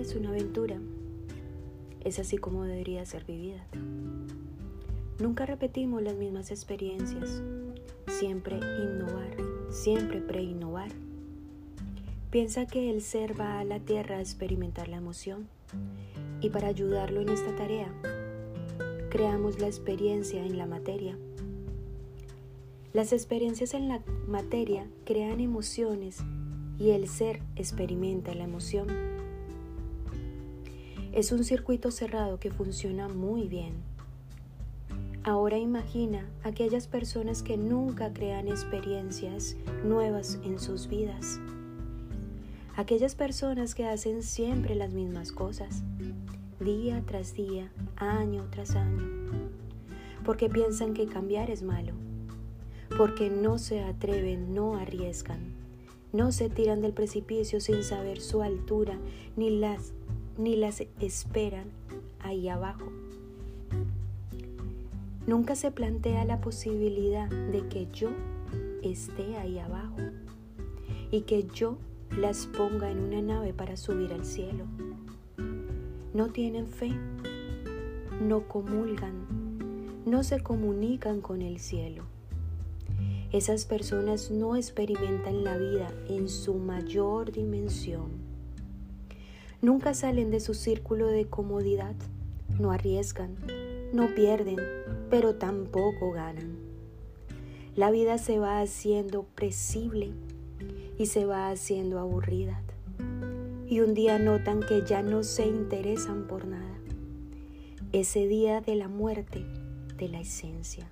es una aventura. Es así como debería ser vivida. Nunca repetimos las mismas experiencias. Siempre innovar, siempre pre-innovar. Piensa que el ser va a la tierra a experimentar la emoción. Y para ayudarlo en esta tarea, creamos la experiencia en la materia. Las experiencias en la materia crean emociones y el ser experimenta la emoción. Es un circuito cerrado que funciona muy bien. Ahora imagina aquellas personas que nunca crean experiencias nuevas en sus vidas. Aquellas personas que hacen siempre las mismas cosas, día tras día, año tras año, porque piensan que cambiar es malo, porque no se atreven, no arriesgan, no se tiran del precipicio sin saber su altura, ni las esperan ahí abajo. Nunca se plantea la posibilidad de que yo esté ahí abajo y que yo las ponga en una nave para subir al cielo. No tienen fe, no comulgan, no se comunican con el cielo. Esas personas no experimentan la vida en su mayor dimensión. Nunca salen de su círculo de comodidad, no arriesgan, no pierden, pero tampoco ganan. La vida se va haciendo predecible y se va haciendo aburrida. Y un día notan que ya no se interesan por nada. Ese día de la muerte de la esencia.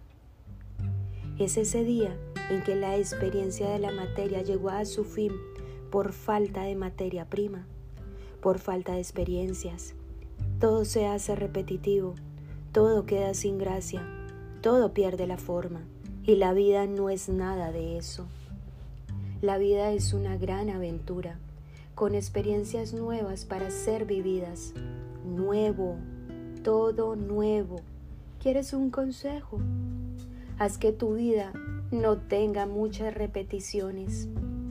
Es ese día en que la experiencia de la materia llegó a su fin por falta de materia prima, por falta de experiencias. Todo se hace repetitivo, todo queda sin gracia, todo pierde la forma y la vida no es nada de eso. La vida es una gran aventura, con experiencias nuevas para ser vividas. Nuevo, todo nuevo. ¿Quieres un consejo? Haz que tu vida no tenga muchas repeticiones.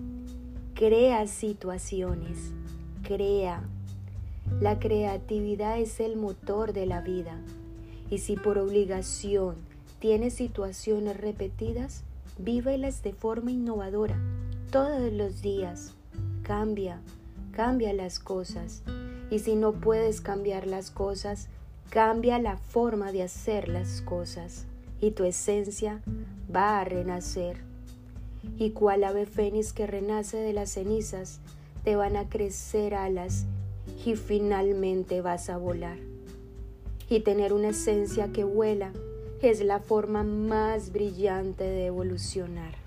Crea situaciones, crea. La creatividad es el motor de la vida. Y si por obligación tienes situaciones repetidas, vívelas de forma innovadora. Todos los días, cambia las cosas. Y si no puedes cambiar las cosas, cambia la forma de hacer las cosas. Y tu esencia va a renacer. Y cual ave fénix que renace de las cenizas, te van a crecer alas y finalmente vas a volar. Y tener una esencia que vuela es la forma más brillante de evolucionar.